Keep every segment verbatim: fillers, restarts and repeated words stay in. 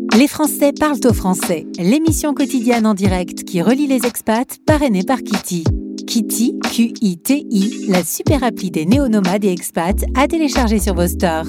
Les Français parlent au français, l'émission quotidienne en direct qui relie les expats, parrainée par Kitty. Kitty, Q I T I, la super appli des néo-nomades et expats à télécharger sur vos stores.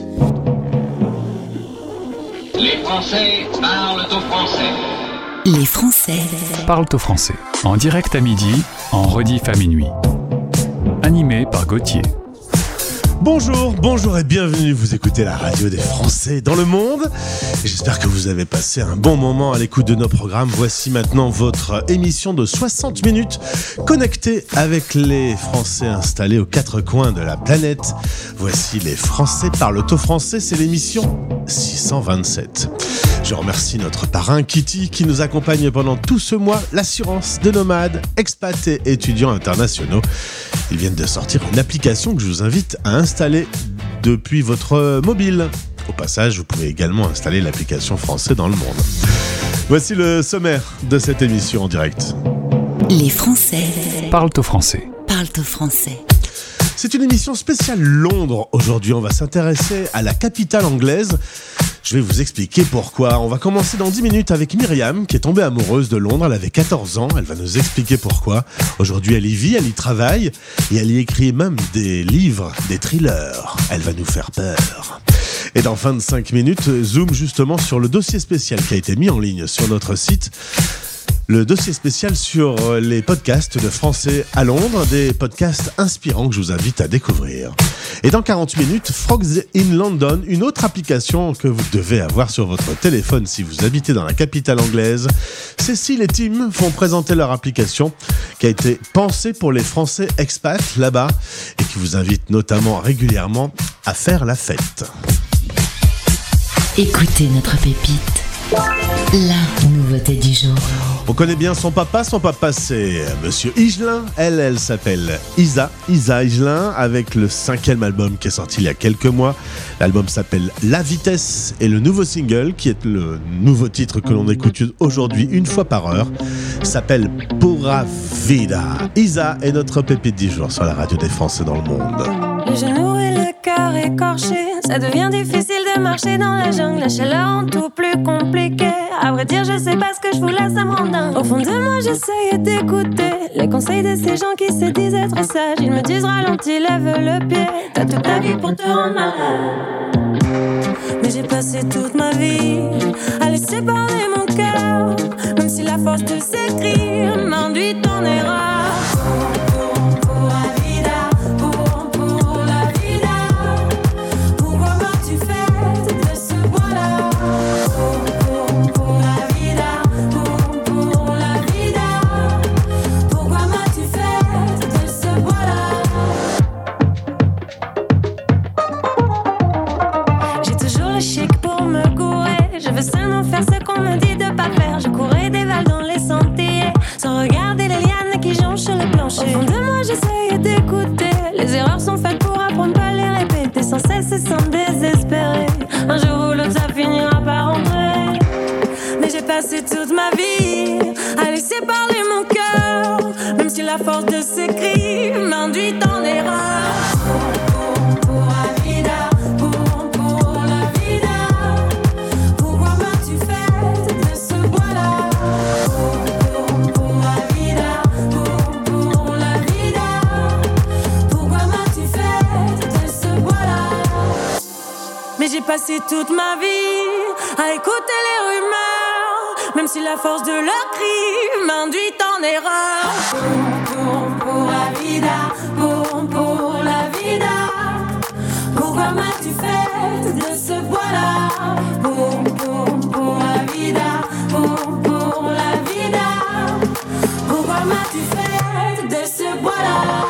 Les Français parlent au français. Les Français parlent au français, en direct à midi, en rediff à minuit. Animé par Gauthier. Bonjour, bonjour et bienvenue, vous écoutez la radio des Français dans le monde. J'espère que vous avez passé un bon moment à l'écoute de nos programmes. Voici maintenant votre émission de soixante minutes connectée avec les Français installés aux quatre coins de la planète. Voici les Français parlent au français, c'est l'émission six cent vingt-sept. Je remercie notre parrain Kitty qui nous accompagne pendant tout ce mois, l'assurance de nomades, expats et étudiants internationaux. Ils viennent de sortir une application que je vous invite à installer depuis votre mobile. Au passage, vous pouvez également installer l'application Français dans le monde. Voici le sommaire de cette émission en direct. Les Français parlent au français. parlent au français. C'est une émission spéciale Londres. Aujourd'hui, on va s'intéresser à la capitale anglaise. Je vais vous expliquer pourquoi. On va commencer dans dix minutes avec Myriam, qui est tombée amoureuse de Londres. Elle avait quatorze ans. Elle va nous expliquer pourquoi. Aujourd'hui, elle y vit, elle y travaille. Et elle y écrit même des livres, des thrillers. Elle va nous faire peur. Et dans vingt-cinq minutes, zoom justement sur le dossier spécial qui a été mis en ligne sur notre site. Le dossier spécial sur les podcasts de Français à Londres, des podcasts inspirants que je vous invite à découvrir. Et dans quarante minutes, Frogs in London, une autre application que vous devez avoir sur votre téléphone si vous habitez dans la capitale anglaise. Cécile et Tim vont présenter leur application qui a été pensée pour les Français expats là-bas et qui vous invite notamment régulièrement à faire la fête. Écoutez notre pépite, la nouveauté du jour. On connaît bien son papa, son papa c'est Monsieur Higelin, elle, elle s'appelle Isa, Isa Higelin, avec le cinquième album qui est sorti il y a quelques mois. L'album s'appelle La Vitesse et le nouveau single, qui est le nouveau titre que l'on écoute aujourd'hui une fois par heure, s'appelle Pura Vida. Isa est notre pépite du jour sur la radio des Français dans le monde. Les genoux et le cœur écorché, ça devient difficile de marcher dans la jungle. La chaleur rend tout plus compliqué. À vrai dire, je sais pas ce que je voulais, ça me rend dingue. Au fond de moi, j'essaye d'écouter les conseils de ces gens qui se disent être sages. Ils me disent ralentis, lève le pied. T'as toute ta vie pour te rendre malade. Mais j'ai passé toute ma vie à laisser parler mon cœur, même si la force de s'écrire m'induit en erreur. Sans désespérer, un jour ou l'autre ça finira par rentrer. Mais j'ai passé toute ma vie à laisser parler mon cœur, même si la force de ces cris m'induit en erreur. J'ai passé toute ma vie à écouter les rumeurs, même si la force de leurs cris m'induit en erreur. Pour, pour, pour la vida, pour, pour la vida. Pourquoi m'as-tu fait de ce bois-là? Pour, pour, pour la vida, pour, pour la vida. Pourquoi m'as-tu fait de ce bois-là?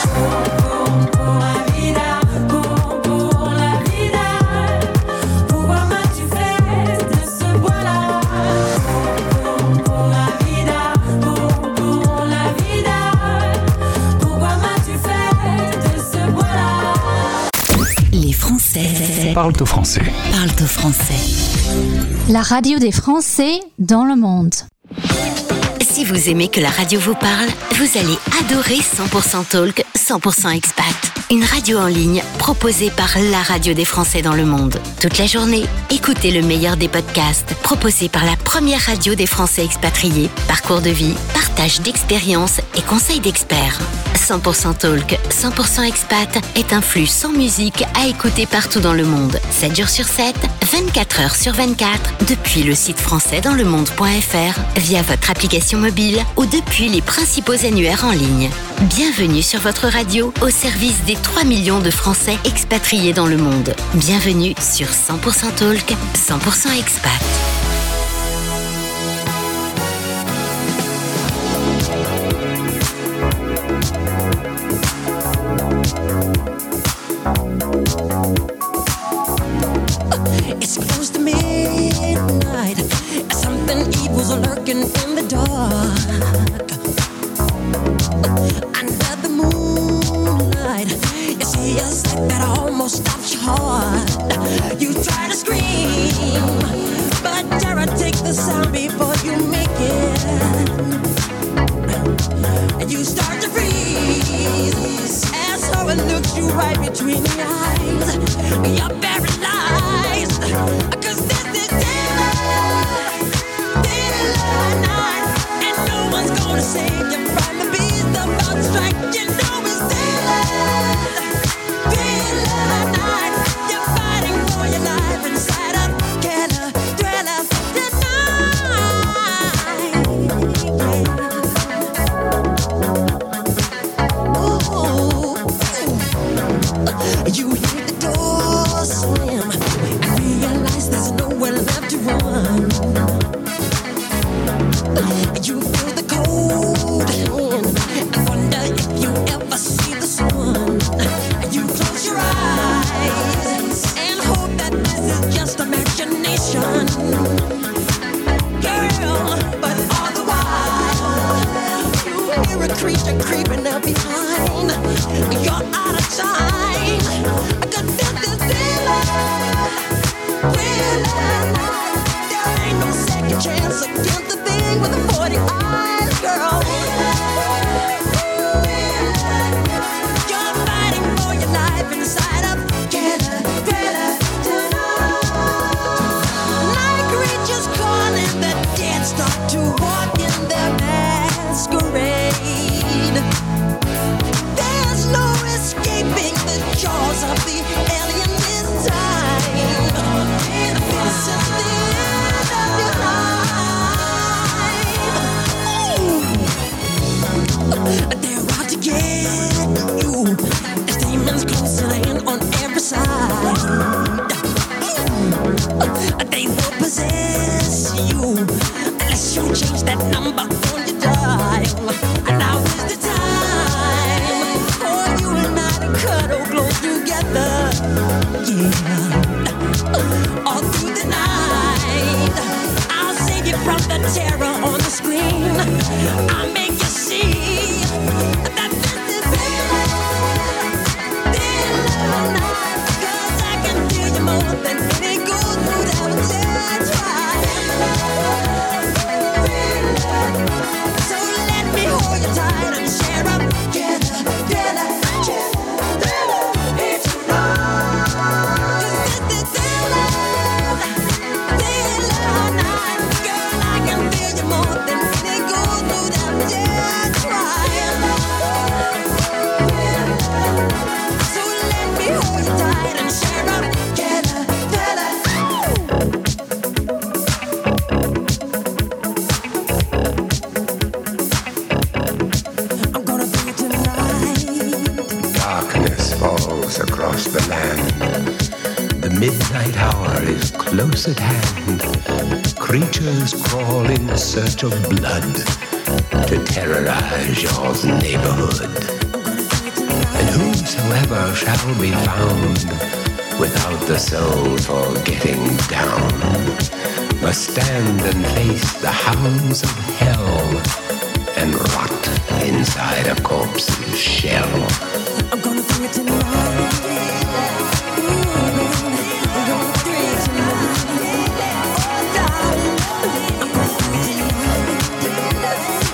Parlent au français. Parlent au français. La radio des Français dans le monde. Si vous aimez que la radio vous parle, vous allez adorer cent pour cent Talk, cent pour cent Expat. Une radio en ligne proposée par la radio des Français dans le monde. Toute la journée, écoutez le meilleur des podcasts proposés par la première radio des Français expatriés. Parcours de vie, partage d'expériences et conseils d'experts. cent pour cent Talk, cent pour cent Expat est un flux sans musique à écouter partout dans le monde. sept jours sur sept, vingt-quatre heures sur vingt-quatre, depuis le site français dans le monde point f r, via votre application mobile ou depuis les principaux annuaires en ligne. Bienvenue sur votre radio au service des trois millions de Français expatriés dans le monde. Bienvenue sur cent pour cent Talk, cent pour cent Expat. It's close to midnight. Something evil's lurking in the dark. Under the moonlight, you see a sight that almost stops your heart. You try to scream, but terror takes the sound before you make it. And you start to freeze as horror looks you right between the eyes. You're paralyzed, 'cause this is daylight, daylight night, and no one's gonna save you from the beast about to strike. You know it's daylight, daylight night. You're fighting for your life inside a killer thriller tonight. Ooh. You hear the door slam and realize there's nowhere left to run. You feel the cold hand and wonder if you ever see the sun. You close your eyes and hope that this is just imagination, girl. But all the while you hear a creature creeping up behind. You're out of time. I got this is daylight, daylight night. There ain't no second chance against the thing with the forty eyes, girl. You're fighting for your life inside of killer thriller tonight. Night creatures calling, the dead start to walk in their masquerade. There's no escaping the jaws of the alien this time. This is the end of your life. Ooh. They're out to get you. There's demons closing in on every side. Ooh. They will possess you unless you change that number on your dial. And now is the time for you and I to cuddle close together. Yeah. All through the night, I'll save you from the terror on the screen. I'll make you see that this is daylight, daylight night. 'Cause I can feel you more than any gold would ever try. So let me hold you tight and share up together, together, together, it's tonight. 'Cause this is daylight, daylight night. Girl, I can feel you more than any gold would ever try. So let me hold you tight and share up together, together. I'm gonna do it tonight. Darkness falls across the land. The midnight hour is close at hand. Creatures crawl in search of blood to terrorize your neighborhood. And whosoever shall be found without the soul for getting down must stand and face the hounds of hell and rot inside a corpse's shell. I'm gonna do it tonight. I'm gonna do it tonight. Oh, darling. I'm gonna do it tonight.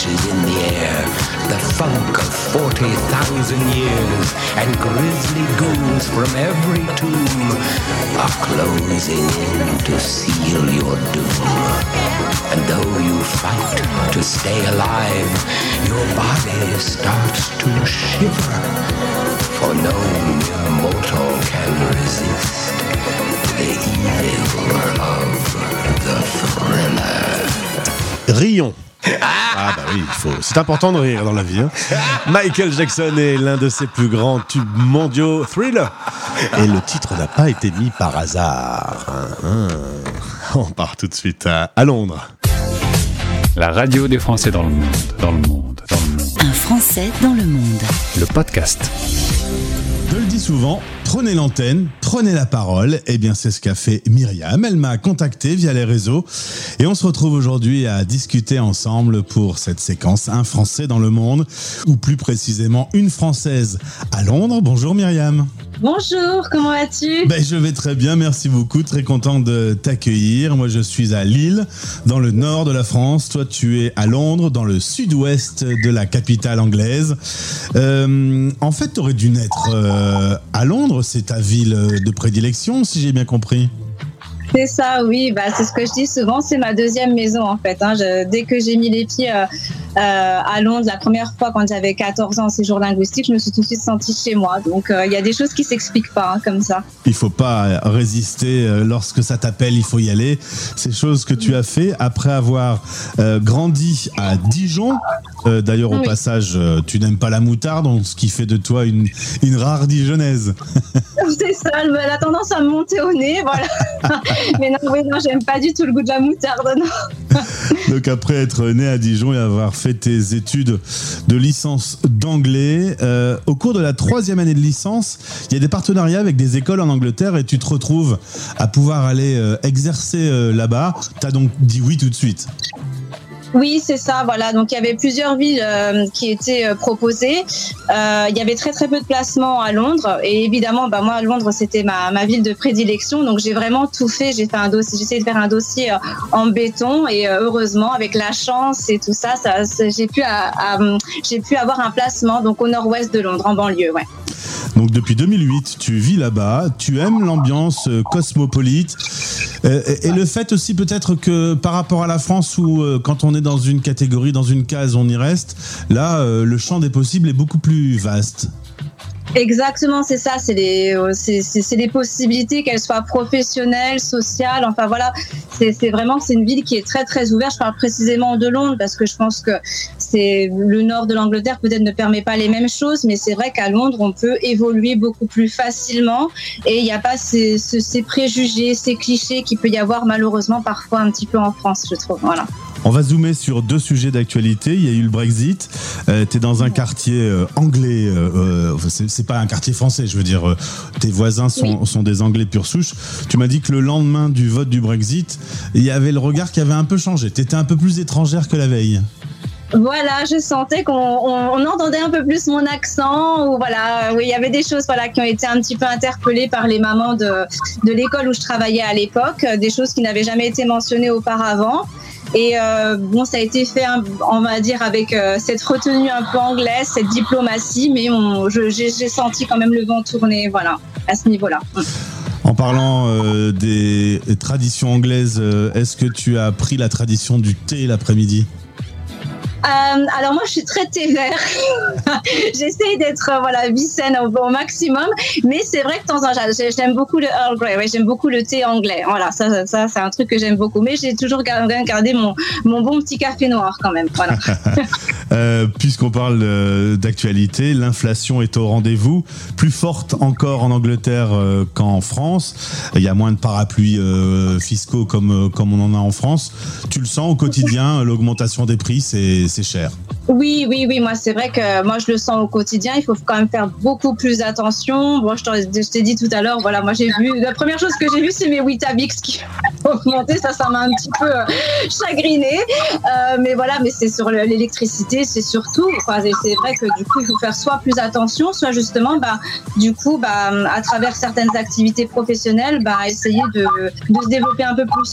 crashes in the air. The funk of forty thousand years, and grisly ghouls from every tomb are closing in to seal your doom. And though you fight to stay alive, your body starts to shiver, for no mere mortal can resist the evil of the thriller. Rions. Ah bah oui, il faut. C'est important de rire dans la vie. Hein. Michael Jackson est l'un de ses plus grands tubes mondiaux, Thriller. Et le titre n'a pas été mis par hasard. Hein, hein. On part tout de suite à, à Londres. La radio des Français dans le monde, dans le monde, dans le monde. Un Français dans le monde. Le podcast. Je le dis souvent, prenez l'antenne, prenez la parole. Eh bien, c'est ce qu'a fait Myriam. Elle m'a contacté via les réseaux. Et on se retrouve aujourd'hui à discuter ensemble pour cette séquence Un Français dans le monde, ou plus précisément une Française à Londres. Bonjour Myriam. Bonjour, comment vas-tu ? Ben, je vais très bien, merci beaucoup. Très content de t'accueillir. Moi, je suis à Lille, dans le nord de la France. Toi, tu es à Londres, dans le sud-ouest de la capitale anglaise. Euh, en fait, tu aurais dû naître euh, à Londres. C'est ta ville de prédilection, si j'ai bien compris. C'est ça, oui. Bah, c'est ce que je dis souvent. C'est ma deuxième maison, en fait. Hein. Je, dès que j'ai mis les pieds euh, euh, à Londres, la première fois, quand j'avais quatorze ans en séjour linguistique, je me suis tout de suite sentie chez moi. Donc, il euh, y a des choses qui s'expliquent pas, hein, comme ça. Il faut pas résister. Lorsque ça t'appelle, il faut y aller. C'est chose que tu as fait après avoir euh, grandi à Dijon. Euh, d'ailleurs, au oui. passage, euh, tu n'aimes pas la moutarde, donc, ce qui fait de toi une, une rare Dijonnaise. C'est ça, elle a tendance à me monter au nez, voilà. Mais non, oui, non, j'aime pas du tout le goût de la moutarde, non. Donc après être né à Dijon et avoir fait tes études de licence d'anglais, euh, au cours de la troisième année de licence, il y a des partenariats avec des écoles en Angleterre et tu te retrouves à pouvoir aller euh, exercer euh, là-bas. T'as donc dit oui tout de suite. Oui, c'est ça, voilà. Donc, il y avait plusieurs villes euh, qui étaient euh, proposées. Euh, il y avait très, très peu de placements à Londres. Et évidemment, bah, moi, Londres, c'était ma, ma ville de prédilection. Donc, j'ai vraiment tout fait. J'ai fait un dossier, j'ai essayé de faire un dossier euh, en béton. Et euh, heureusement, avec la chance et tout ça, ça, ça j'ai, pu à, à, j'ai pu avoir un placement donc, au nord-ouest de Londres, en banlieue, ouais. Donc depuis deux mille huit, tu vis là-bas, tu aimes l'ambiance cosmopolite euh, et, et le fait aussi peut-être que par rapport à la France où euh, quand on est dans une catégorie, dans une case, on y reste, là euh, le champ des possibles est beaucoup plus vaste. Exactement, c'est ça, c'est les, c'est, c'est, c'est les possibilités, qu'elles soient professionnelles, sociales, enfin voilà, c'est, c'est vraiment, c'est une ville qui est très très ouverte. Je parle précisément de Londres parce que je pense que c'est le nord de l'Angleterre peut-être ne permet pas les mêmes choses, mais c'est vrai qu'à Londres on peut évoluer beaucoup plus facilement et il n'y a pas ces, ces, ces préjugés, ces clichés qu'il peut y avoir malheureusement parfois un petit peu en France, je trouve, voilà. On va zoomer sur deux sujets d'actualité. Il y a eu le Brexit. Euh, tu es dans un quartier euh, anglais. Euh, c'est, c'est pas un quartier français, je veux dire. Euh, tes voisins sont, oui. sont des Anglais pure souche. Tu m'as dit que le lendemain du vote du Brexit, il y avait le regard qui avait un peu changé. Tu étais un peu plus étrangère que la veille. Voilà, je sentais qu'on on, on entendait un peu plus mon accent. Ou voilà, oui, il y avait des choses voilà, qui ont été un petit peu interpellées par les mamans de, de l'école où je travaillais à l'époque. Des choses qui n'avaient jamais été mentionnées auparavant. Et euh, bon, ça a été fait, on va dire, avec euh, cette retenue un peu anglaise, cette diplomatie, mais on, je, j'ai, j'ai senti quand même le vent tourner, voilà, à ce niveau-là. En parlant euh, des traditions anglaises, euh, est-ce que tu as appris la tradition du thé l'après-midi ? Euh, alors moi je suis très thé vert. J'essaye d'être euh, voilà vicenne au, au maximum, mais c'est vrai que de temps en temps j'aime beaucoup le Earl Grey, ouais, j'aime beaucoup le thé anglais. Voilà, ça, ça, ça c'est un truc que j'aime beaucoup, mais j'ai toujours gardé, gardé mon mon bon petit café noir quand même. Voilà. euh, puisqu'on parle euh, d'actualité, l'inflation est au rendez-vous, plus forte encore en Angleterre euh, qu'en France. Il y a moins de parapluies euh, fiscaux comme comme on en a en France. Tu le sens au quotidien, l'augmentation des prix, c'est c'est cher. Oui, oui, oui. Moi, c'est vrai que moi, je le sens au quotidien. Il faut quand même faire beaucoup plus attention. Bon, je, je t'ai dit tout à l'heure, voilà, moi, j'ai vu, la première chose que j'ai vue, c'est mes Weetabix qui ont augmenté. Ça, ça m'a un petit peu chagrinée. Euh, mais voilà, mais c'est sur l'électricité, c'est surtout, quoi. Et c'est vrai que du coup, il faut faire soit plus attention, soit justement, bah, du coup, bah, à travers certaines activités professionnelles, bah, essayer de, de se développer un peu plus, quoi.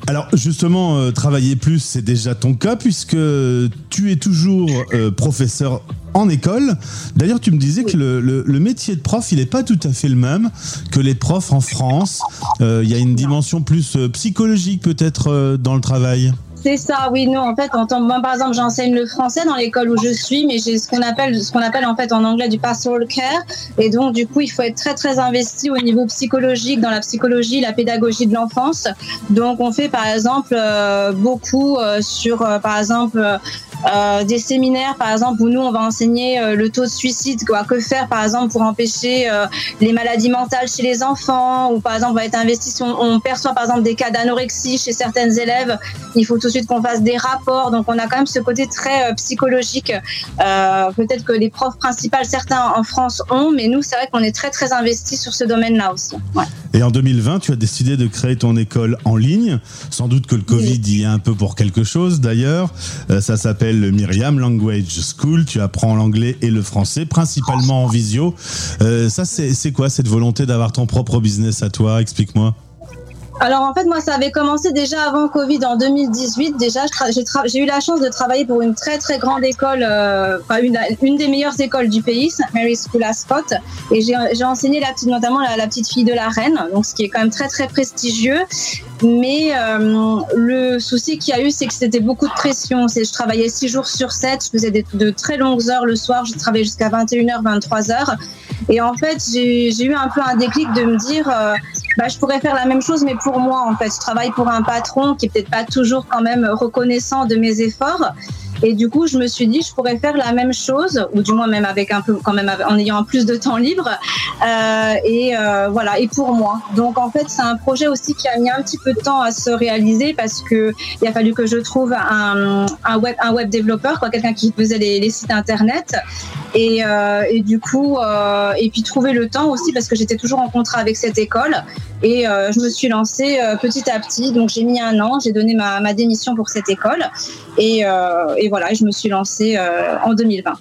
Alors justement, euh, travailler plus, c'est déjà ton cas puisque tu es toujours euh, professeur en école. D'ailleurs, tu me disais oui. que le, le, le métier de prof, il n'est pas tout à fait le même que les profs en France. Euh, il y a une dimension plus euh, psychologique peut-être euh, dans le travail. C'est ça, oui, nous, en fait, en tant, moi, par exemple, j'enseigne le français dans l'école où je suis, mais j'ai ce qu'on appelle, ce qu'on appelle, en fait, en anglais, du pastoral care. Et donc, du coup, il faut être très, très investi au niveau psychologique, dans la psychologie, la pédagogie de l'enfance. Donc, on fait, par exemple, euh, beaucoup euh, sur, euh, par exemple, euh, Euh, des séminaires, par exemple, où nous, on va enseigner euh, le taux de suicide, quoi, que faire, par exemple, pour empêcher euh, les maladies mentales chez les enfants, ou par exemple, on va être investi, si on, on perçoit, par exemple, des cas d'anorexie chez certaines élèves, il faut tout de suite qu'on fasse des rapports. Donc, on a quand même ce côté très euh, psychologique. Euh, peut-être que les profs principales, certains en France ont, mais nous, c'est vrai qu'on est très, très investis sur ce domaine-là aussi. Ouais. Et en deux mille vingt, tu as décidé de créer ton école en ligne. Sans doute que le Covid y est un peu pour quelque chose, d'ailleurs. Euh, ça s'appelle le Myriam Language School. Tu apprends l'anglais et le français, principalement en visio. Euh, ça, c'est, c'est quoi cette volonté d'avoir ton propre business à toi? Explique-moi. Alors en fait, moi, ça avait commencé déjà avant Covid, en deux mille dix-huit. Déjà, j'ai, tra- j'ai eu la chance de travailler pour une très très grande école, euh, enfin une, une des meilleures écoles du pays, Saint Mary's School Ascot. Et j'ai, j'ai enseigné la petite, notamment la, la petite fille de la reine, donc ce qui est quand même très très prestigieux. Mais euh, le souci qu'il y a eu, c'est que c'était beaucoup de pression. C'est, je travaillais six jours sur sept, je faisais des, de très longues heures le soir, je travaillais jusqu'à vingt et une heures, vingt-trois heures. Et en fait, j'ai, j'ai eu un peu un déclic de me dire, euh, bah, je pourrais faire la même chose, mais pour moi, en fait. Je travaille pour un patron qui est peut-être pas toujours quand même reconnaissant de mes efforts. Et du coup, je me suis dit, je pourrais faire la même chose, ou du moins même avec un peu, quand même, en ayant plus de temps libre. Euh, et euh, voilà, et pour moi. Donc en fait, c'est un projet aussi qui a mis un petit peu de temps à se réaliser parce que il a fallu que je trouve un, un web, un web développeur, quoi, quelqu'un qui faisait les, les sites internet. Et, euh, et du coup, euh, et puis trouver le temps aussi parce que j'étais toujours en contrat avec cette école. Et euh, je me suis lancée euh, petit à petit. Donc j'ai mis un an, j'ai donné ma, ma démission pour cette école. Et, euh, et voilà, je me suis lancée euh, en deux mille vingt.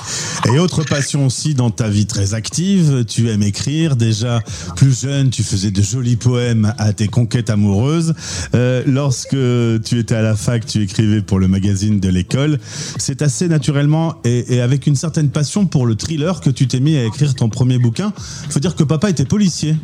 Et autre passion aussi dans ta vie très active, tu aimes écrire. Déjà plus jeune, tu faisais de jolis poèmes à tes conquêtes amoureuses. Euh, lorsque tu étais à la fac, tu écrivais pour le magazine de l'école. C'est assez naturellement et, et avec une certaine passion pour le thriller que tu t'es mis à écrire ton premier bouquin. Il faut dire que papa était policier.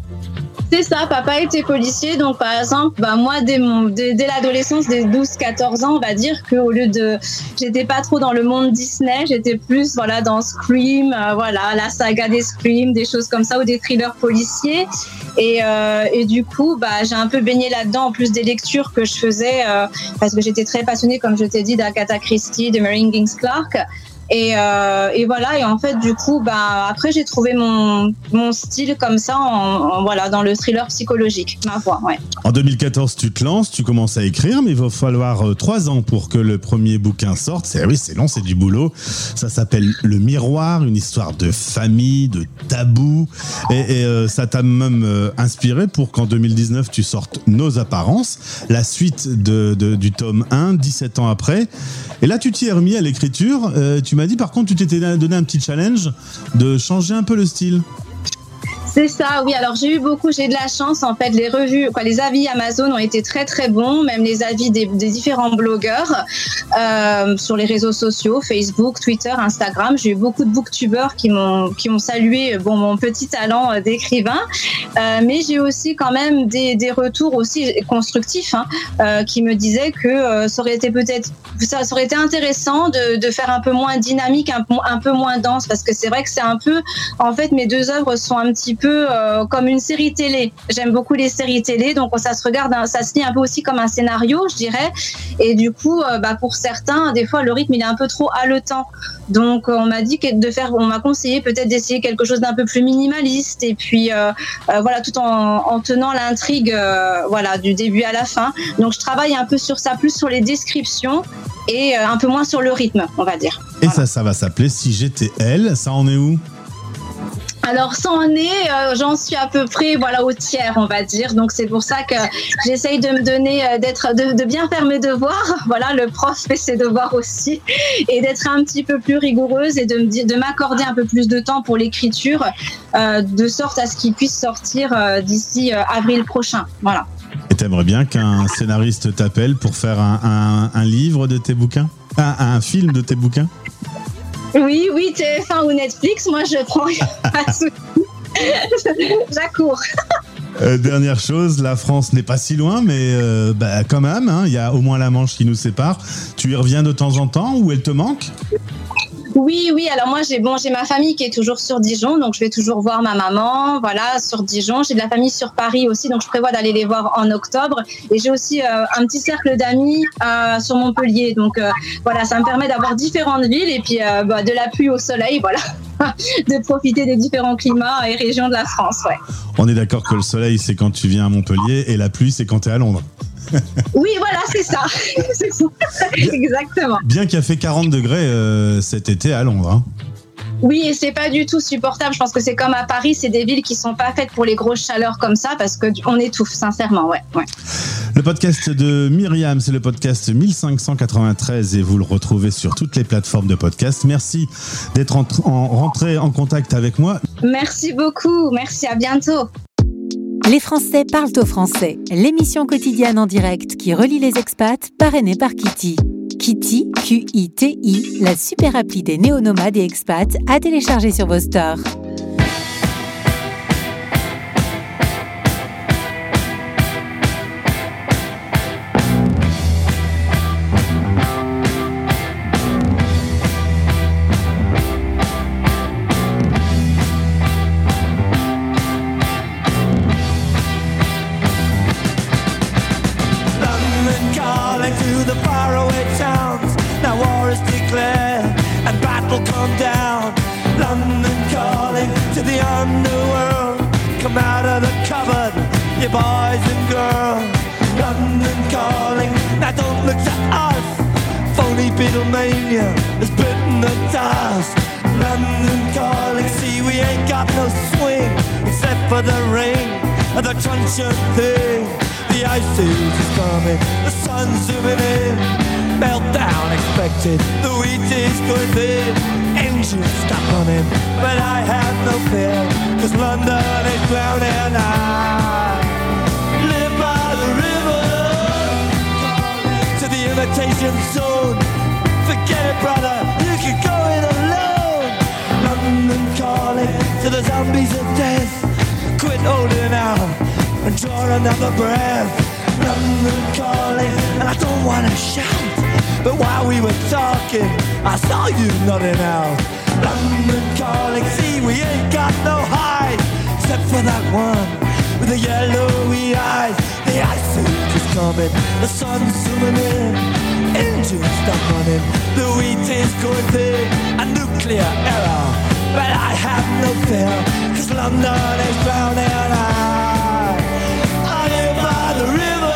C'est ça, papa était policier, donc par exemple, bah moi dès mon dès, dès l'adolescence, dès douze quatorze ans, on va dire que au lieu de j'étais pas trop dans le monde Disney, j'étais plus voilà dans Scream, euh, voilà, la saga des Scream, des choses comme ça ou des thrillers policiers. Et euh, et du coup, bah j'ai un peu baigné là-dedans en plus des lectures que je faisais euh, parce que j'étais très passionnée comme je t'ai dit d'Agatha Christie, de Mary Higgins Clark. Et, euh, et voilà, et en fait, du coup, bah, après, j'ai trouvé mon, mon style comme ça, en, en, voilà, dans le thriller psychologique, ma voix, ouais. En deux mille quatorze, tu te lances, tu commences à écrire, mais il va falloir euh, trois ans pour que le premier bouquin sorte. C'est, oui, c'est long, c'est du boulot. Ça s'appelle Le Miroir, une histoire de famille, de tabou. Et, et euh, ça t'a même euh, inspiré pour qu'en deux mille dix-neuf, tu sortes Nos Apparences, la suite de, de, du tome un, dix-sept ans après. Et là, tu t'y es remis à l'écriture. Euh, tu m'as dit, par contre, tu t'étais donné un petit challenge de changer un peu le style. C'est ça, oui. Alors j'ai eu beaucoup, j'ai eu de la chance en fait. Les revues, quoi, les avis Amazon ont été très très bons, même les avis des, des différents blogueurs euh, sur les réseaux sociaux, Facebook, Twitter, Instagram. J'ai eu beaucoup de booktubeurs qui m'ont qui ont salué bon mon petit talent d'écrivain, euh, mais j'ai aussi quand même des, des retours aussi constructifs hein, euh, qui me disaient que euh, ça aurait été peut-être ça, ça aurait été intéressant de, de faire un peu moins dynamique, un, un peu moins dense, parce que c'est vrai que c'est un peu en fait mes deux œuvres sont un petit peu Euh, comme une série télé. J'aime beaucoup les séries télé, donc ça se regarde, ça se lit un peu aussi comme un scénario, je dirais. Et du coup, euh, bah, pour certains, des fois, le rythme il est un peu trop haletant. Donc, on m'a dit que de faire, on m'a conseillé peut-être d'essayer quelque chose d'un peu plus minimaliste, et puis euh, euh, voilà, tout en, en tenant l'intrigue, euh, voilà, du début à la fin. Donc, je travaille un peu sur ça, plus sur les descriptions et euh, un peu moins sur le rythme, on va dire. Et voilà. ça, ça va s'appeler Si j'étais elle. Ça en est où ? Alors, ça en est, euh, j'en suis à peu près voilà, au tiers, on va dire. Donc, c'est pour ça que j'essaye de me donner, euh, d'être, de, de bien faire mes devoirs. Voilà, le prof fait ses devoirs aussi. Et d'être un petit peu plus rigoureuse et de, me, de m'accorder un peu plus de temps pour l'écriture, euh, de sorte à ce qu'il puisse sortir euh, d'ici euh, avril prochain. Voilà. Et t'aimerais bien qu'un scénariste t'appelle pour faire un, un, un livre de tes bouquins, un, un film de tes bouquins? Oui, oui, T F un ou Netflix, moi je prends pas de soucis. J'accours. Euh, dernière chose, la France n'est pas si loin, mais euh, bah, quand même, il hein, y a au moins la Manche qui nous sépare. Tu y reviens de temps en temps ou elle te manque? Oui, oui. Alors moi, j'ai bon, j'ai ma famille qui est toujours sur Dijon, donc je vais toujours voir ma maman, voilà, sur Dijon. J'ai de la famille sur Paris aussi, donc je prévois d'aller les voir en octobre. Et j'ai aussi euh, un petit cercle d'amis euh, sur Montpellier, donc euh, voilà, ça me permet d'avoir différentes villes et puis euh, bah, de la pluie au soleil, voilà, de profiter des différents climats et régions de la France. Ouais. On est d'accord que le soleil, c'est quand tu viens à Montpellier et la pluie, c'est quand tu es à Londres. Oui, voilà, c'est ça. c'est ça. Exactement. Bien qu'il a fait quarante degrés euh, cet été à Londres. Hein. Oui, et c'est pas du tout supportable. Je pense que c'est comme à Paris, c'est des villes qui sont pas faites pour les grosses chaleurs comme ça parce que on étouffe, sincèrement, ouais. ouais. Le podcast de Myriam, c'est le podcast mille cinq cent quatre-vingt-treize et vous le retrouvez sur toutes les plateformes de podcast. Merci d'être en, en, rentré en contact avec moi. Merci beaucoup. Merci, à bientôt. Les Français parlent au français, l'émission quotidienne en direct qui relie les expats, parrainée par Kitty. Kitty, Q I T I, la super appli des néo-nomades et expats à télécharger sur vos stores. Thing. The ice age is coming, the sun's zooming in. Meltdown expected, the wheat is going thin. Engines stop running, but I have no fear, cause London is drowning. I live by the river, to the imitation zone. Forget it, brother, you can go it alone. London calling to the zombies of death. Quit holding out and draw another breath. London calling, and I don't wanna shout, but while we were talking, I saw you nodding out. London calling, see we ain't got no hide, except for that one with the yellowy eyes. The ice age is coming, the sun's zooming in. Engines stop running, the wheat is going thin. A nuclear error, but I have no fear, cause London is drowning. I the river.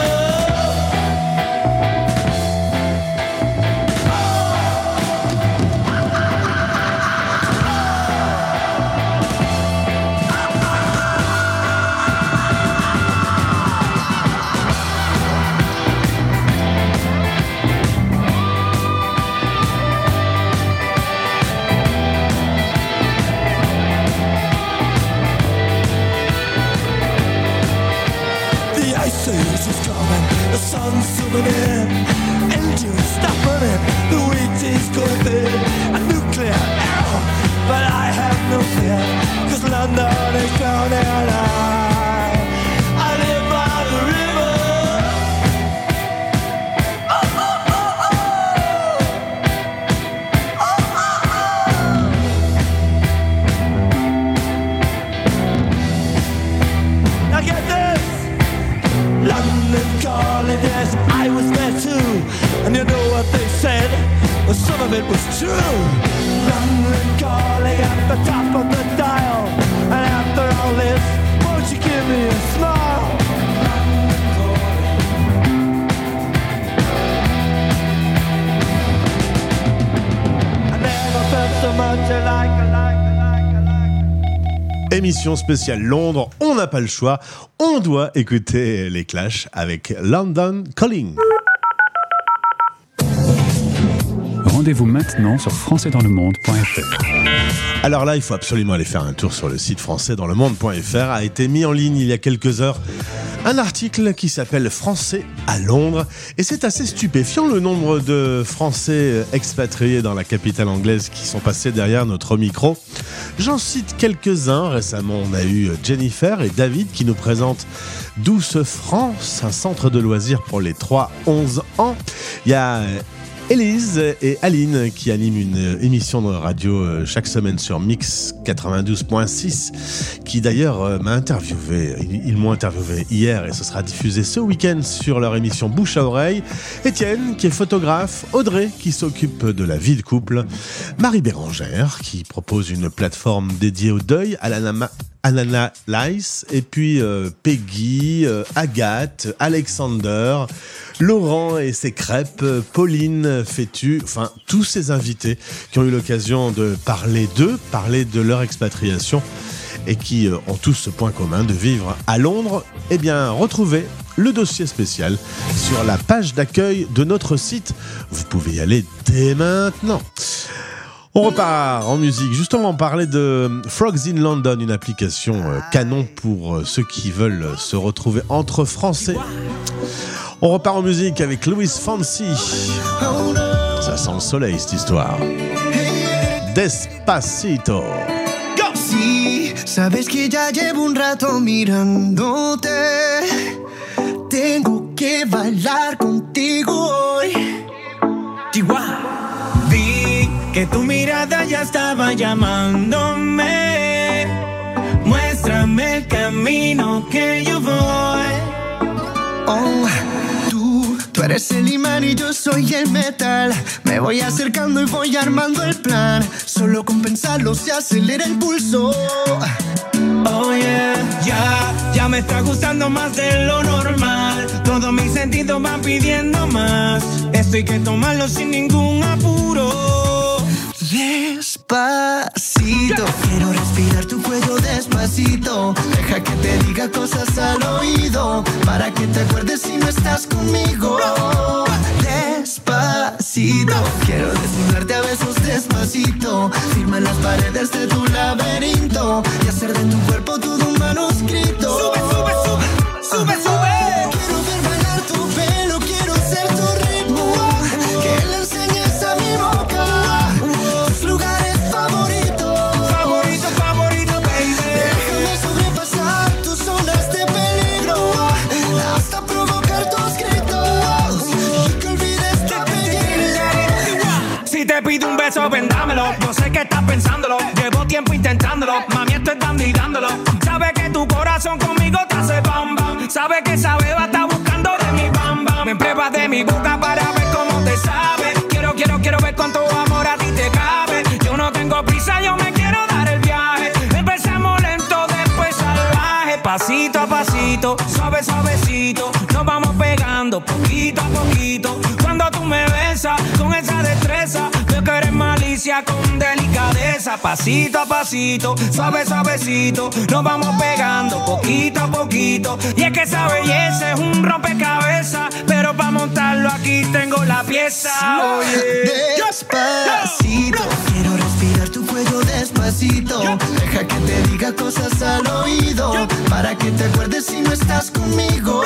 The sun's zooming in, engines stop running, the wheat is going thin. A nuclear error, but I have no fear, cause London is drowning. I, I live by the river. Oh, oh, oh, oh. Oh, oh, oh. Now get this. London calling, yes, I was there too. And you know what they said? Well, some of it was true. London calling at the top of the dial. And after all this, won't you give me a smile? London calling. I never felt so much alike, alike, alike, alike. Émission spéciale Londres, on n'a pas le choix, on doit écouter les Clash avec London Calling. Rendez-vous maintenant sur français dans le monde point f r. Alors là, il faut absolument aller faire un tour sur le site français dans le monde point f r. A été mis en ligne il y a quelques heures Un article qui s'appelle Français à Londres. Et c'est assez stupéfiant le nombre de Français expatriés dans la capitale anglaise qui sont passés derrière notre micro. J'en cite quelques-uns. Récemment, on a eu Jennifer et David qui nous présentent Douce France, un centre de loisirs pour les trois à onze ans. Il y a Élise et Aline qui animent une émission de radio chaque semaine sur Mix quatre-vingt-douze point six, qui d'ailleurs m'a interviewé, ils m'ont interviewé hier et ce sera diffusé ce week-end sur leur émission Bouche à oreille. Étienne qui est photographe, Audrey qui s'occupe de la vie de couple, Marie Bérangère qui propose une plateforme dédiée au deuil, à l'anama Analyse, et puis euh, Peggy, euh, Agathe, Alexander, Laurent et ses crêpes, Pauline Fétu, enfin tous ces invités qui ont eu l'occasion de parler d'eux, parler de leur expatriation et qui euh, ont tous ce point commun de vivre à Londres. Eh bien, retrouvez le dossier spécial sur la page d'accueil de notre site. Vous pouvez y aller dès maintenant. On repart en musique. Justement, on parlait de Frogs in London, une application euh, canon pour euh, ceux qui veulent se retrouver entre Français. On repart en musique avec Louis Fonsi. Ça sent le soleil, cette histoire. Despacito. Si sabes que ya llevo un rato mirándote, tengo que bailar contigo hoy. Chihuahua. Que tu mirada ya estaba llamándome. Muéstrame el camino que yo voy. Oh, tú, tú eres el imán y yo soy el metal. Me voy acercando y voy armando el plan. Solo con pensarlo se acelera el pulso. Oh yeah, ya, ya me está gustando más de lo normal. Todos mis sentidos van pidiendo más. Esto hay que tomarlo sin ningún apuro. Despacito, quiero respirar tu cuello despacito. Deja que te diga cosas al oído, para que te acuerdes si no estás conmigo. Despacito, quiero desnudarte a besos despacito. Firma en las paredes de tu laberinto y hacer de tu cuerpo todo un manuscrito. Sube, sube, sube, sube, sube. Quiero ver bailar tu pelo, quiero ser tu ritmo. Que le enseñes a mi boca tus lugares favoritos. Favorito, favorito, baby. Déjame sobrepasar tus zonas de peligro hasta provocar tus gritos y que olvides tu apellido. Si te pido un beso, vendámelo. Yo sé que estás pensándolo. Llevo tiempo intentándolo. Mami, estoy dando y dándolo. Sabes que tu corazón conmigo te hace bam bam. Sabes que esa beba está buscando de mi bam bam. Me pruebas de mi boca para ver cómo te sabe. Quiero, quiero, quiero ver cuánto amor a ti te cabe. Yo no tengo prisa, yo me quiero dar el viaje. Empezamos lento, después salvaje. Pasito a pasito, suave, suavecito. Nos vamos pegando poquito a poquito. Cuando tú me besas con esa destreza, veo que eres malicia con delicadeza. Pasito a pasito, suave, suavecito. Nos vamos pegando poquito a poquito. Y es que esa belleza es un rompecabezas, pero para montarlo aquí tengo la pieza. Oye, despacito, quiero respirar tu cuello despacito. Deja que te diga cosas al oído, para que te acuerdes si no estás conmigo.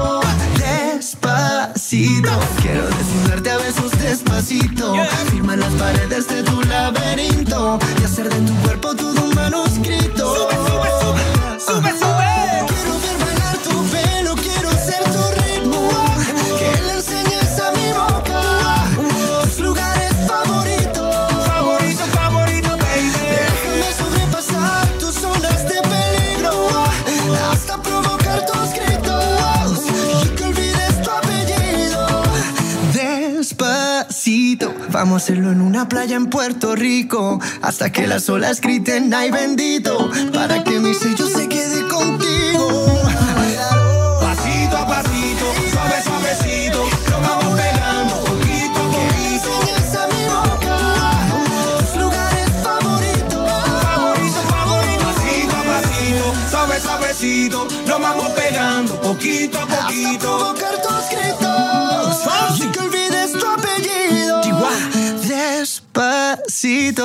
Despacito, quiero desnudarte a besos despacito. Firma en las paredes de tu laberinto y hacer de tu cuerpo todo un manuscrito. Sube, sube, sube, sube, sube. Quiero ver bailar tu pelo, quiero ser tu ritmo. Que le enseñes a mi boca tus lugares favoritos. Favorito, favorito, baby. Déjame sobrepasar tus zonas de peligro hasta provocar tus gritos y que olvides tu apellido. Despacito, vamos a hacerlo en una playa en Puerto Rico, hasta que las olas griten ay bendito, para que mi sello se quede contigo. Pasito a pasito, suave, suavecito, lo vamos pegando poquito a poquito. Enseñas a mi boca tus lugares favoritos. Favorito, favorito. Pasito a pasito, suave, suavecito, lo vamos pegando poquito a poquito. Hasta provocar tus gritos y que olvides tu apellido. Despacito.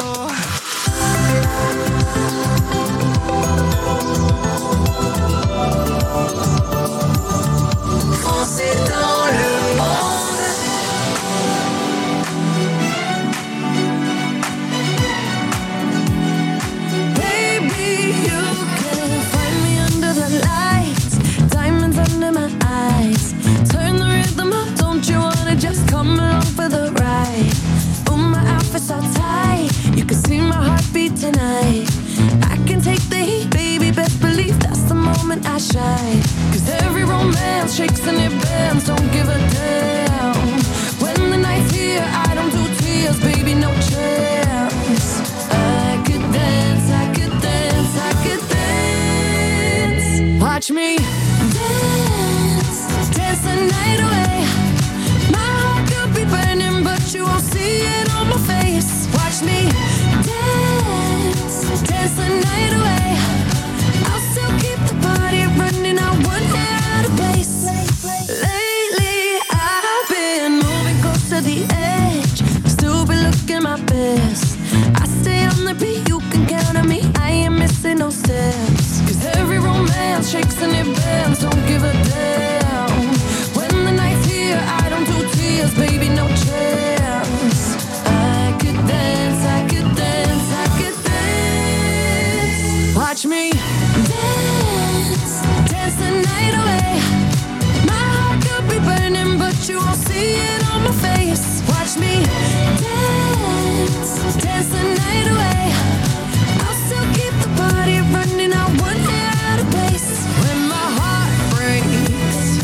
I shine. Cause every romance shakes and it bends, don't give a damn. When the night's here, I don't do tears, baby, no chance. I could dance, I could dance, I could dance. Watch me dance, dance the night away. My heart could be burning, but you won't see it on my face. Watch me dance, dance the night away. I'll still keep the party running, I wouldn't get out of place. Lately, I've been moving close to the edge, still be looking my best. I stay on the beat, you can count on me, I ain't missing no steps. Cause every romance shakes and it bends, don't give a damn. When the night's here, I don't do tears, baby, no chance. I could dance, I could dance, I could dance. Watch me dance, dance the night away. My heart could be burning, but you won't see it on my face. Watch me dance, dance the night away. I'll still keep the party running, I wouldn't get out of place. When my heart breaks,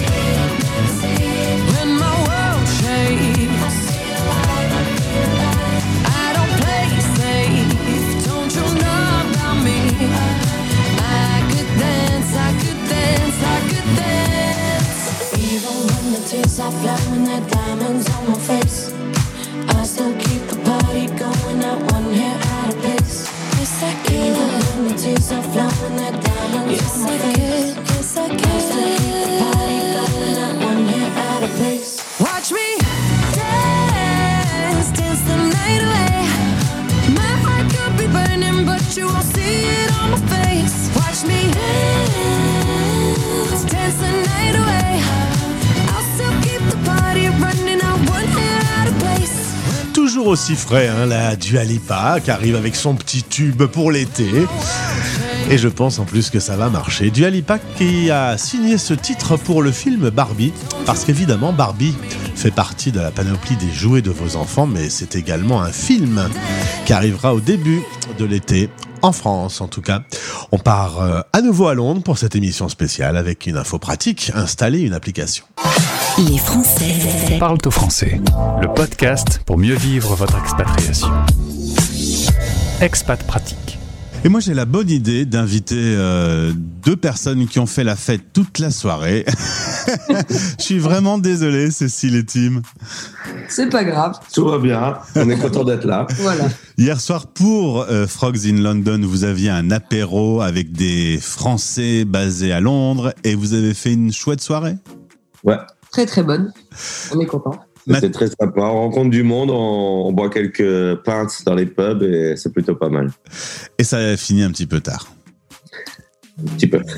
when my world shakes, I don't play safe, don't you know about me? I could dance, I could dance, I could dance. Even when the tears are flowing, the diamonds on my face, I still keep the party going, not one hair out of place. Yes, I could. Even when the tears are flowing, the diamonds yes, on my I face, could. Yes, I could. I still keep the party going, not one hair out of place. Watch me dance, dance the night away. My heart could be burning, but you won't see it on my face. Watch me dance, dance the night away. I'll still keep the party running, I wouldn't get out of place. Toujours aussi frais, hein, la Dua Lipa qui arrive avec son petit tube pour l'été. Et je pense en plus que ça va marcher. Dua Lipa qui a signé ce titre pour le film Barbie, parce qu'évidemment Barbie fait partie de la panoplie des jouets de vos enfants, mais c'est également un film qui arrivera au début de l'été, en France en tout cas. On part euh, à nouveau à Londres pour cette émission spéciale avec une info pratique, installer une application. Les Français Parle au français, le podcast pour mieux vivre votre expatriation. Expat pratique. Et moi, j'ai la bonne idée d'inviter euh, deux personnes qui ont fait la fête toute la soirée. Je suis vraiment désolé, Cécile et Tim. C'est pas grave. Tout va bien, on est content d'être là. Voilà. Hier soir, pour euh, Frogs in London, vous aviez un apéro avec des Français basés à Londres et vous avez fait une chouette soirée ? Ouais. Très très bonne. On est content. C'est très sympa. On rencontre du monde, on, on boit quelques pintes dans les pubs et c'est plutôt pas mal. Et ça a fini un petit peu tard. Un petit peu.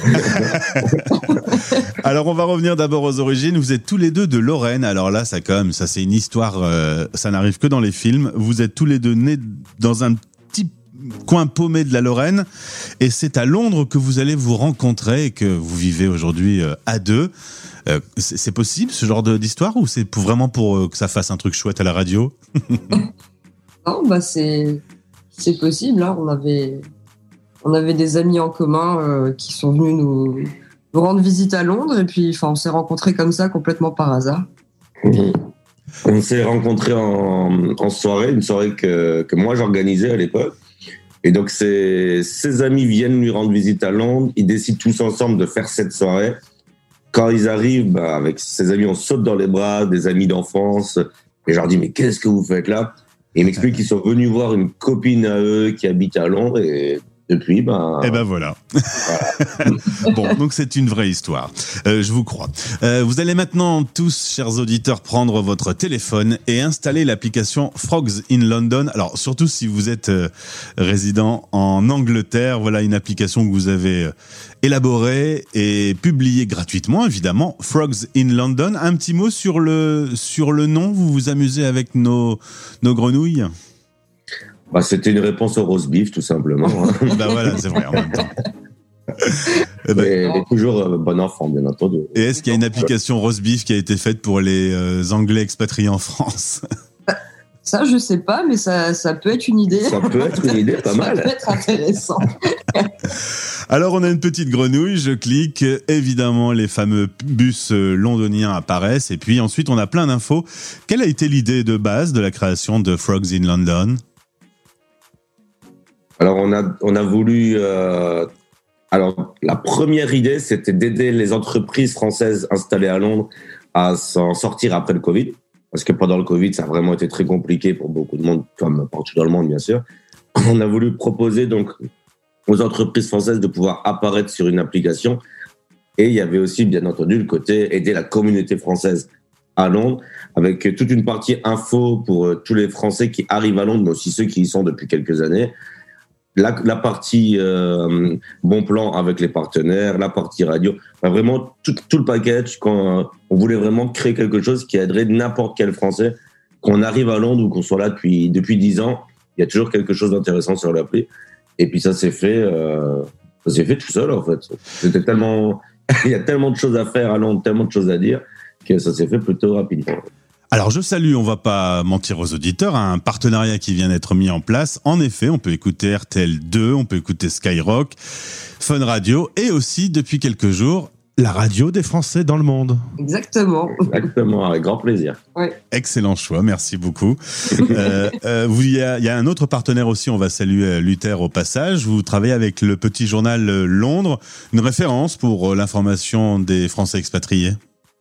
Alors, on va revenir d'abord aux origines. Vous êtes tous les deux de Lorraine. Alors là, ça, quand même, ça c'est une histoire, euh, ça n'arrive que dans les films. Vous êtes tous les deux nés dans un petit coin paumé de la Lorraine. Et c'est à Londres que vous allez vous rencontrer et que vous vivez aujourd'hui euh, à deux. Euh, c'est, c'est possible, ce genre de, d'histoire, ou c'est pour, vraiment pour euh, que ça fasse un truc chouette à la radio ? Non, bah c'est, c'est possible. Hein. On avait, on avait des amis en commun euh, qui sont venus nous, nous rendre visite à Londres et puis on s'est rencontrés comme ça complètement par hasard. Mmh. On s'est rencontrés en, en soirée, une soirée que, que moi j'organisais à l'époque. Et donc ses, ses amis viennent lui rendre visite à Londres, ils décident tous ensemble de faire cette soirée. Quand ils arrivent, bah, avec ses amis, on saute dans les bras, des amis d'enfance. Et je leur dis, mais qu'est-ce que vous faites là ? Et ils m'expliquent qu'ils sont venus voir une copine à eux qui habite à Londres. Et depuis, ben... Et ben voilà. voilà. Bon, donc c'est une vraie histoire. Euh, je vous crois. Euh, vous allez maintenant tous, chers auditeurs, prendre votre téléphone et installer l'application Frogs in London. Alors, surtout si vous êtes euh, résident en Angleterre, voilà une application que vous avez euh, élaborée et publiée gratuitement, évidemment. Frogs in London. Un petit mot sur le, sur le nom. Vous vous amusez avec nos, nos grenouilles ? Bah, c'était une réponse au roast beef, tout simplement. Bah voilà, c'est vrai, en même temps. Eh ben, mais, mais toujours euh, bon enfant, bien entendu. Et est-ce qu'il y a une application roast beef qui a été faite pour les euh, Anglais expatriés en France ? Ça, je sais pas, mais ça, ça peut être une idée. Ça peut être une idée pas mal. Ça peut être intéressant. Alors, on a une petite grenouille, je clique. Évidemment, les fameux bus londoniens apparaissent. Et puis ensuite, on a plein d'infos. Quelle a été l'idée de base de la création de Frogs in London ? Alors, on a, on a voulu... Euh, alors, la première idée, c'était d'aider les entreprises françaises installées à Londres à s'en sortir après le Covid. Parce que pendant le Covid, ça a vraiment été très compliqué pour beaucoup de monde, comme partout dans le monde, bien sûr. On a voulu proposer donc aux entreprises françaises de pouvoir apparaître sur une application. Et il y avait aussi, bien entendu, le côté aider la communauté française à Londres, avec toute une partie info pour tous les Français qui arrivent à Londres, mais aussi ceux qui y sont depuis quelques années. La, la partie euh, bon plan avec les partenaires, la partie radio, enfin, vraiment tout, tout le package. Quand, euh, on voulait vraiment créer quelque chose qui aiderait n'importe quel Français, qu'on arrive à Londres ou qu'on soit là depuis depuis dix ans, il y a toujours quelque chose d'intéressant sur l'appli. Et puis ça s'est fait, euh, ça s'est fait tout seul en fait. C'était tellement, il y a tellement de choses à faire à Londres, tellement de choses à dire que ça s'est fait plutôt rapidement. Alors je salue, on va pas mentir aux auditeurs, un partenariat qui vient d'être mis en place. En effet, on peut écouter R T L deux, on peut écouter Skyrock, Fun Radio et aussi depuis quelques jours la radio des Français dans le monde. Exactement. Exactement, avec grand plaisir. Ouais. Excellent choix, merci beaucoup. euh, euh, vous, il y a, il y a un autre partenaire aussi, on va saluer Luther au passage. Vous travaillez avec le petit journal Londres, une référence pour l'information des Français expatriés.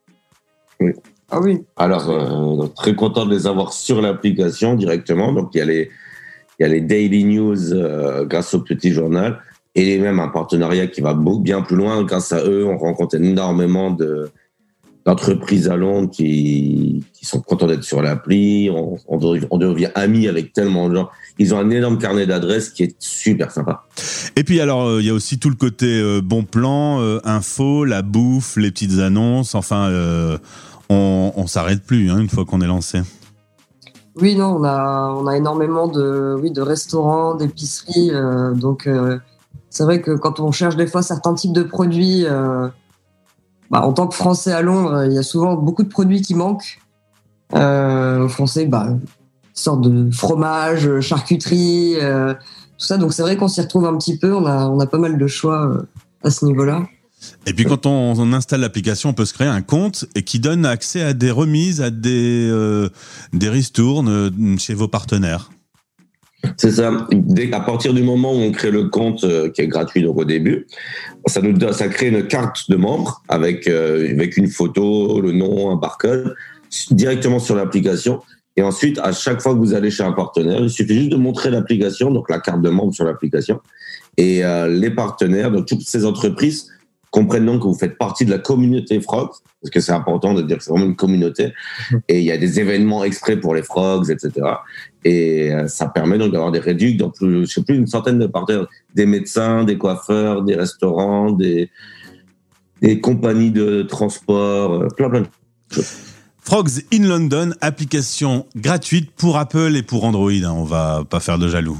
Oui. Ah oui. Alors, euh, très content de les avoir sur l'application directement. Donc, il y a les, il y a les daily news euh, grâce au petit journal et même un partenariat qui va beaucoup bien plus loin. Grâce à eux, on rencontre énormément de, d'entreprises à Londres qui, qui sont contents d'être sur l'appli. On, on, devient, on devient amis avec tellement de gens. Ils ont un énorme carnet d'adresses qui est super sympa. Et puis alors, il euh, y a aussi tout le côté euh, bon plan, euh, info, la bouffe, les petites annonces, enfin... Euh On, on s'arrête plus hein, une fois qu'on est lancé. Oui, non, on a, on a énormément de, oui, de restaurants, d'épiceries. Euh, donc, euh, c'est vrai que quand on cherche des fois certains types de produits, euh, bah, en tant que Français à Londres, il y a souvent beaucoup de produits qui manquent. Euh, aux Français, bah, une sorte de fromage, charcuterie, euh, tout ça. Donc, c'est vrai qu'on s'y retrouve un petit peu. On a, on a pas mal de choix euh, à ce niveau-là. Et puis quand on, on installe l'application, on peut se créer un compte et qui donne accès à des remises, à des, euh, des ristournes euh, chez vos partenaires. C'est ça. Dès, à partir du moment où on crée le compte euh, qui est gratuit donc au début, ça nous donne, ça crée une carte de membre avec euh, avec une photo, le nom, un barcode directement sur l'application. Et ensuite, à chaque fois que vous allez chez un partenaire, il suffit juste de montrer l'application, donc la carte de membre sur l'application, et euh, les partenaires, donc toutes ces entreprises comprennent donc que vous faites partie de la communauté Frogs, parce que c'est important de dire que c'est vraiment une communauté, et il y a des événements exprès pour les Frogs, et cetera. Et ça permet donc d'avoir des réductions dans plus, je sais plus, une centaine de partenaires, des médecins, des coiffeurs, des restaurants, des, des compagnies de transport, plein plein de choses. Frogs in London, application gratuite pour Apple et pour Android, hein, on va pas faire de jaloux.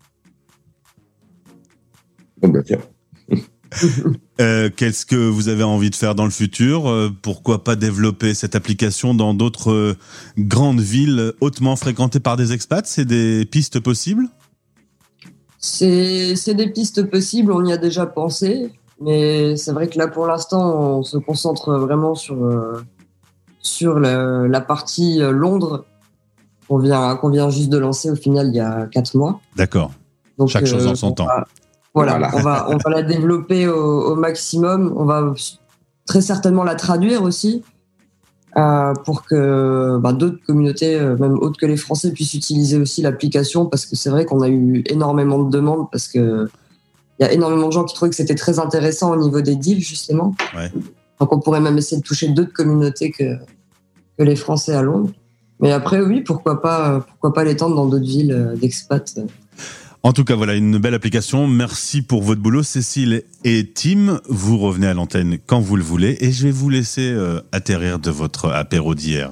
Bien sûr. Euh, qu'est-ce que vous avez envie de faire dans le futur ? euh, Pourquoi pas développer cette application dans d'autres euh, grandes villes hautement fréquentées par des expats ? C'est des pistes possibles ? c'est, c'est des pistes possibles, on y a déjà pensé, mais c'est vrai que là pour l'instant on se concentre vraiment sur, euh, sur la, la partie Londres qu'on vient, qu'on vient juste de lancer au final il y a quatre mois. D'accord, donc, chaque chose euh, en son temps. Va, Voilà, voilà. On va, on va la développer au, au maximum. On va très certainement la traduire aussi euh, pour que bah, d'autres communautés, même autres que les Français, puissent utiliser aussi l'application, parce que c'est vrai qu'on a eu énormément de demandes, parce que il y a énormément de gens qui trouvaient que c'était très intéressant au niveau des deals, justement. Ouais. Donc on pourrait même essayer de toucher d'autres communautés que, que les Français à Londres. Mais après, oui, pourquoi pas, pourquoi pas l'étendre dans d'autres villes d'expats. En tout cas, voilà, une belle application. Merci pour votre boulot, Cécile et Tim. Vous revenez à l'antenne quand vous le voulez et je vais vous laisser euh, atterrir de votre apéro d'hier.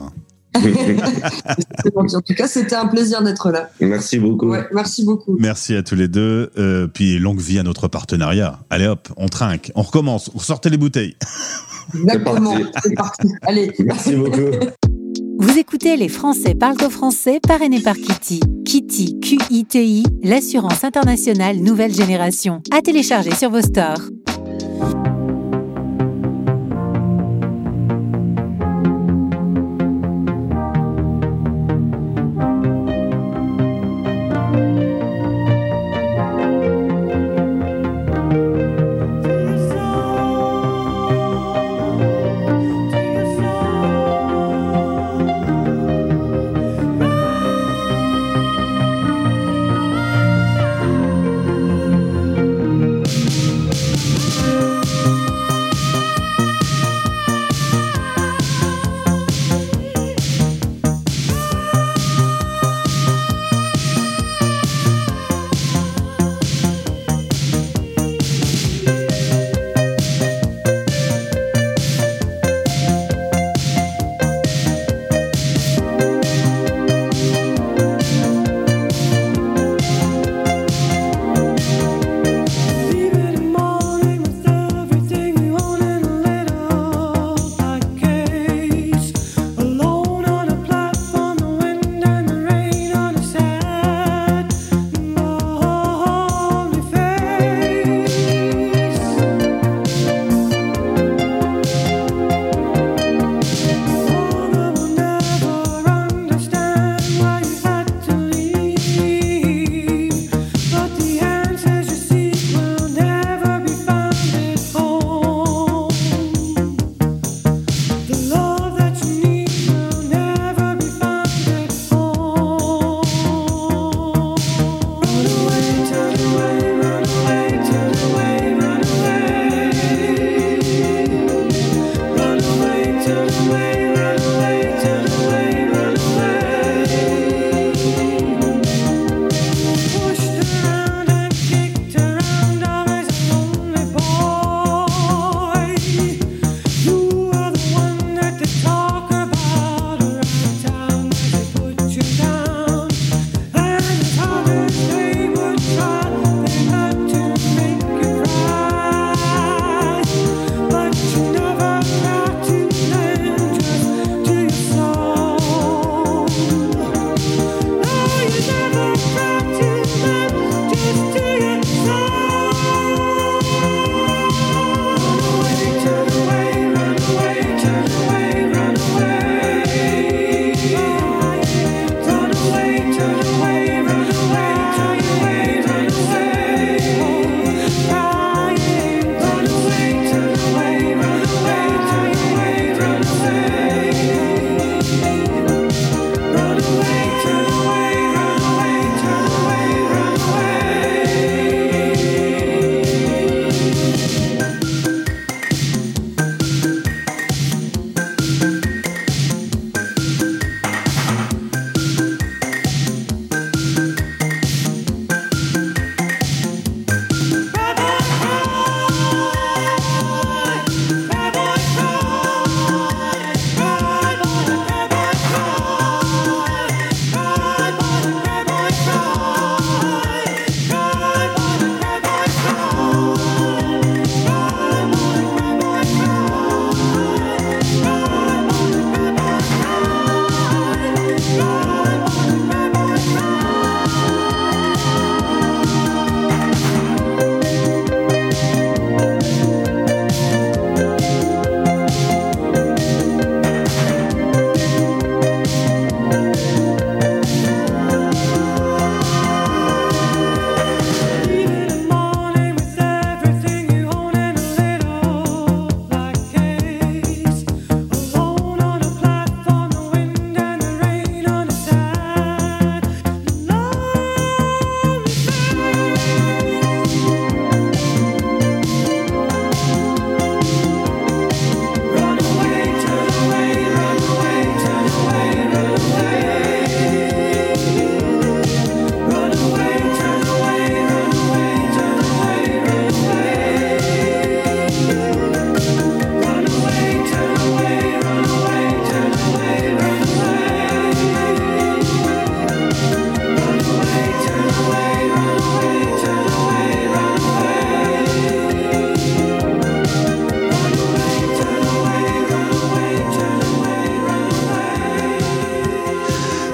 En tout cas, c'était un plaisir d'être là. Merci beaucoup. Ouais, merci beaucoup. Merci à tous les deux. Euh, puis longue vie à notre partenariat. Allez hop, on trinque, on recommence, on sortez les bouteilles. Exactement, c'est parti. C'est parti. Allez. Merci beaucoup. Vous écoutez Les Français parlent au français, parrainé par Kitty. Kitty, Q I T I, l'assurance internationale nouvelle génération. À télécharger sur vos stores.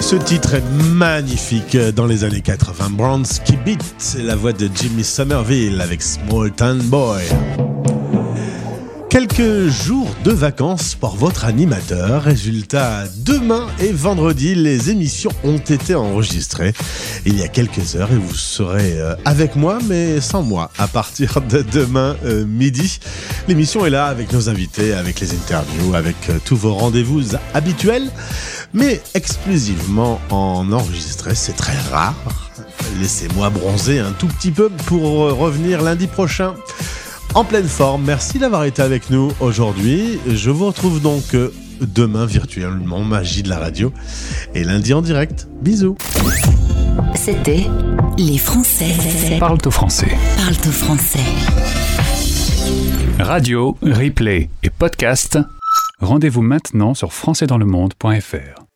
Ce titre est magnifique dans les années quatre-vingts. Bronski Beat, c'est la voix de Jimmy Somerville avec Small Town Boy. Quelques jours de vacances pour votre animateur. Résultat, demain et vendredi, les émissions ont été enregistrées il y a quelques heures et vous serez avec moi, mais sans moi, à partir de demain euh, midi. L'émission est là avec nos invités, avec les interviews, avec euh, tous vos rendez-vous habituels, mais exclusivement en enregistré. C'est très rare. Laissez-moi bronzer un tout petit peu pour revenir lundi prochain en pleine forme. Merci d'avoir été avec nous aujourd'hui. Je vous retrouve donc demain virtuellement, magie de la radio, et lundi en direct. Bisous. C'était Les Français. Parle au français. Parle au français. Radio, replay et podcast. Rendez-vous maintenant sur français dans le monde point f r.